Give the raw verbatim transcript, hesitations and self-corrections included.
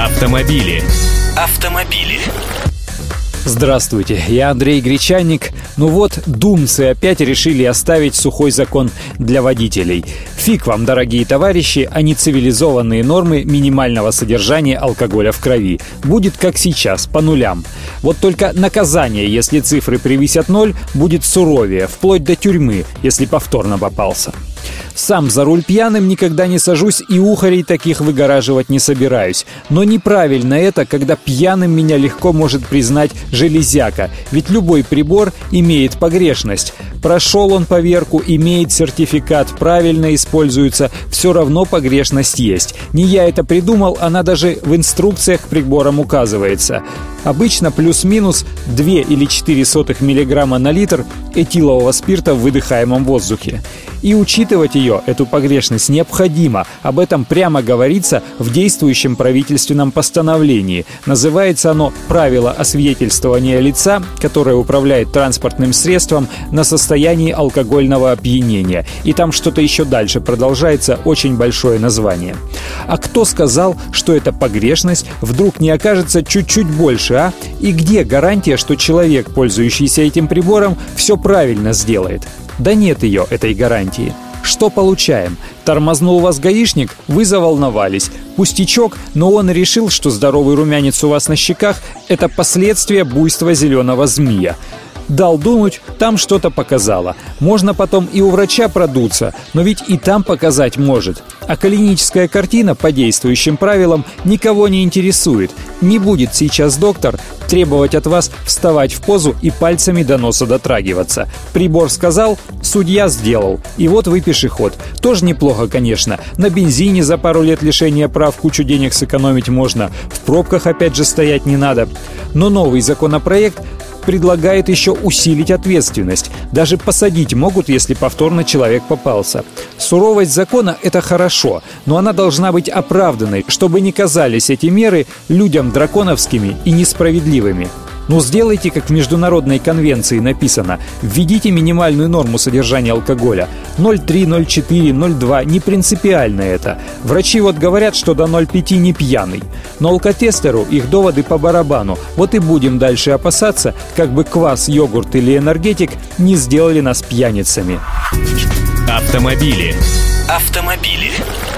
Автомобили. Автомобили. Здравствуйте, я Андрей Гречанник. Ну вот, думцы опять решили оставить сухой закон для водителей. Фиг вам, дорогие товарищи, а не цивилизованные нормы минимального содержания алкоголя в крови. Будет как сейчас, по нулям. Вот только наказание, если цифры превысят ноль, будет суровее, вплоть до тюрьмы, если повторно попался. Сам за руль пьяным никогда не сажусь и ухарей таких выгораживать не собираюсь. Но неправильно это, когда пьяным меня легко может признать железяка, ведь любой прибор имеет погрешность. Прошел он поверку, имеет сертификат, правильно используется, все равно погрешность есть. Не я это придумал, она даже в инструкциях к приборам указывается. Обычно плюс-минус два или четыре сотых миллиграмма на литр этилового спирта в выдыхаемом воздухе. И учитывать ее, эту погрешность, необходимо. Об этом прямо говорится в действующем правительственном постановлении. Называется оно «Правило освидетельствования лица, которое управляет транспортным средством на состоянии алкогольного опьянения». И там что-то еще дальше продолжается, очень большое название. А кто сказал, что эта погрешность вдруг не окажется чуть-чуть больше, а? И где гарантия, что человек, пользующийся этим прибором, все правильно сделает? Да нет ее, этой гарантии. Что получаем? Тормознул вас гаишник, вы заволновались. Пустячок, но он решил, что здоровый румянец у вас на щеках – это последствия буйства зеленого змея. Дал дунуть, там что-то показало. Можно потом и у врача продуться, но ведь и там показать может. А клиническая картина по действующим правилам никого не интересует. Не будет сейчас доктор требовать от вас вставать в позу и пальцами до носа дотрагиваться. Прибор сказал, судья сделал. И вот вы пешеход. Тоже неплохо, конечно. На бензине за пару лет лишения прав кучу денег сэкономить можно. В пробках опять же стоять не надо. Но новый законопроект предлагает еще усилить ответственность. Даже посадить могут, если повторно человек попался. Суровость закона – это хорошо, но она должна быть оправданной, чтобы не казались эти меры людям драконовскими и несправедливыми. Ну сделайте, как в международной конвенции написано. Введите минимальную норму содержания алкоголя. ноль целых три, ноль целых четыре, ноль целых два. Не принципиально это. Врачи вот говорят, что до ноль целых пять не пьяный. Но алкотестеру их доводы по барабану. Вот и будем дальше опасаться, как бы квас, йогурт или энергетик не сделали нас пьяницами. Автомобили. Автомобили.